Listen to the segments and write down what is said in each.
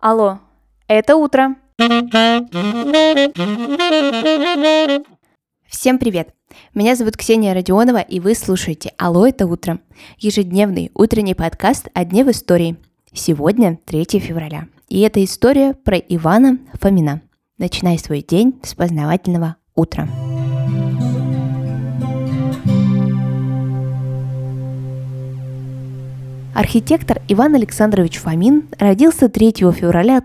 Алло, это утро. Всем привет! Меня зовут Ксения Родионова, и вы слушаете «Алло, это утро» – ежедневный утренний подкаст о дне в истории. Сегодня 3 февраля, и это история про Ивана Фомина. Начинай свой день с познавательного утра. Архитектор Иван Александрович Фомин родился 3 февраля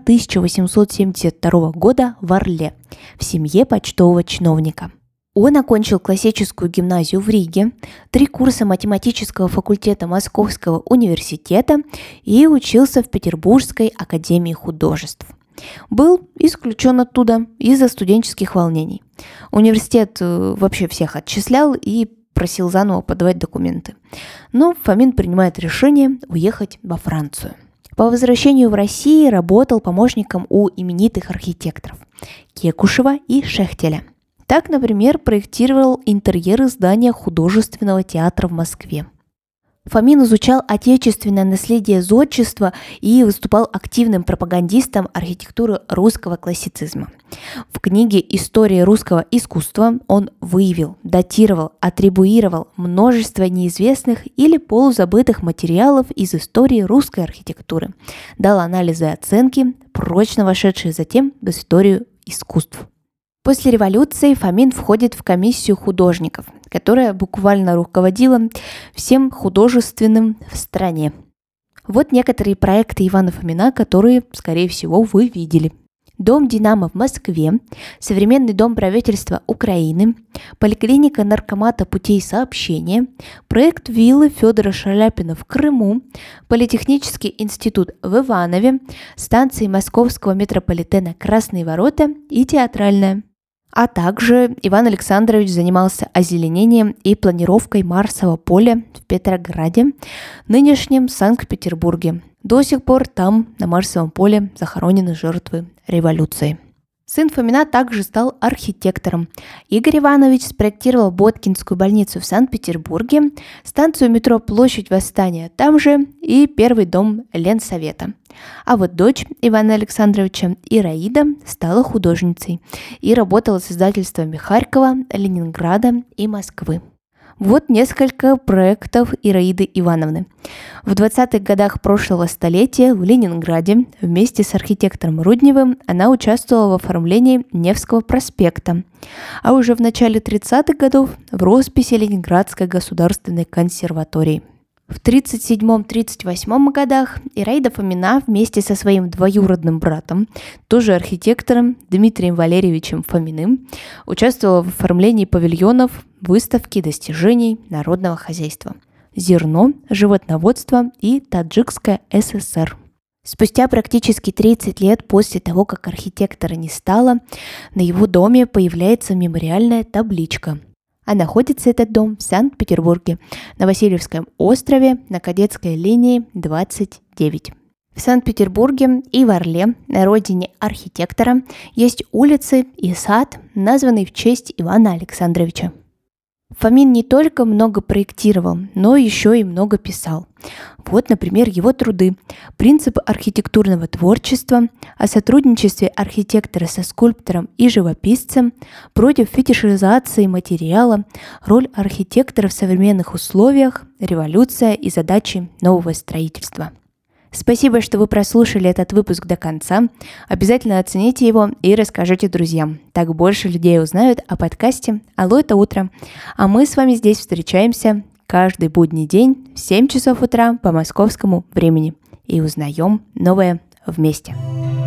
1872 года в Орле в семье почтового чиновника. Он окончил классическую гимназию в Риге, 3 курса математического факультета Московского университета и учился в Петербургской академии художеств. Был исключен оттуда из-за студенческих волнений. Университет вообще всех отчислял и просил заново подавать документы. Но Фомин принимает решение уехать во Францию. По возвращению в Россию работал помощником у именитых архитекторов Кекушева и Шехтеля. Так, например, проектировал интерьеры здания художественного театра в Москве. Фомин изучал отечественное наследие зодчества и выступал активным пропагандистом архитектуры русского классицизма. В книге «История русского искусства» он выявил, датировал, атрибуировал множество неизвестных или полузабытых материалов из истории русской архитектуры, дал анализы и оценки, прочно вошедшие затем в историю искусств. После революции Фомин входит в комиссию художников, которая буквально руководила всем художественным в стране. Вот некоторые проекты Ивана Фомина, которые, скорее всего, вы видели. Дом «Динамо» в Москве, современный дом правительства Украины, поликлиника наркомата путей сообщения, проект виллы Федора Шаляпина в Крыму, политехнический институт в Иванове, станции московского метрополитена «Красные ворота» и театральная. А также Иван Александрович занимался озеленением и планировкой Марсового поля в Петрограде, нынешнем Санкт-Петербурге. До сих пор там, на Марсовом поле, захоронены жертвы революции. Сын Фомина также стал архитектором. Игорь Иванович спроектировал Боткинскую больницу в Санкт-Петербурге, станцию метро «Площадь Восстания» там же и первый дом Ленсовета. А вот дочь Ивана Александровича Ираида стала художницей и работала с издательствами Харькова, Ленинграда и Москвы. Вот несколько проектов Ираиды Ивановны. В 20-х годах прошлого столетия в Ленинграде вместе с архитектором Рудневым она участвовала в оформлении Невского проспекта, а уже в начале 30-х годов в росписи Ленинградской государственной консерватории. В 1937-1938 годах Ираида Фомина вместе со своим двоюродным братом, тоже архитектором Дмитрием Валерьевичем Фоминым, участвовала в оформлении павильонов выставки достижений народного хозяйства «Зерно», «Животноводство» и «Таджикская ССР». Спустя практически 30 лет после того, как архитектора не стало, на его доме появляется мемориальная табличка. А находится этот дом в Санкт-Петербурге, на Васильевском острове, на Кадетской линии 29. В Санкт-Петербурге и в Орле, на родине архитектора, есть улицы и сад, названный в честь Ивана Александровича. Фомин не только много проектировал, но еще и много писал. Вот, например, его труды «Принципы архитектурного творчества», о сотрудничестве архитектора со скульптором и живописцем, против фетишизации материала, роль архитектора в современных условиях, революция и задачи нового строительства. Спасибо, что вы прослушали этот выпуск до конца. Обязательно оцените его и расскажите друзьям. Так больше людей узнают о подкасте «Алло, это утро». А мы с вами здесь встречаемся каждый будний день в 7 часов утра по московскому времени и узнаем новое вместе.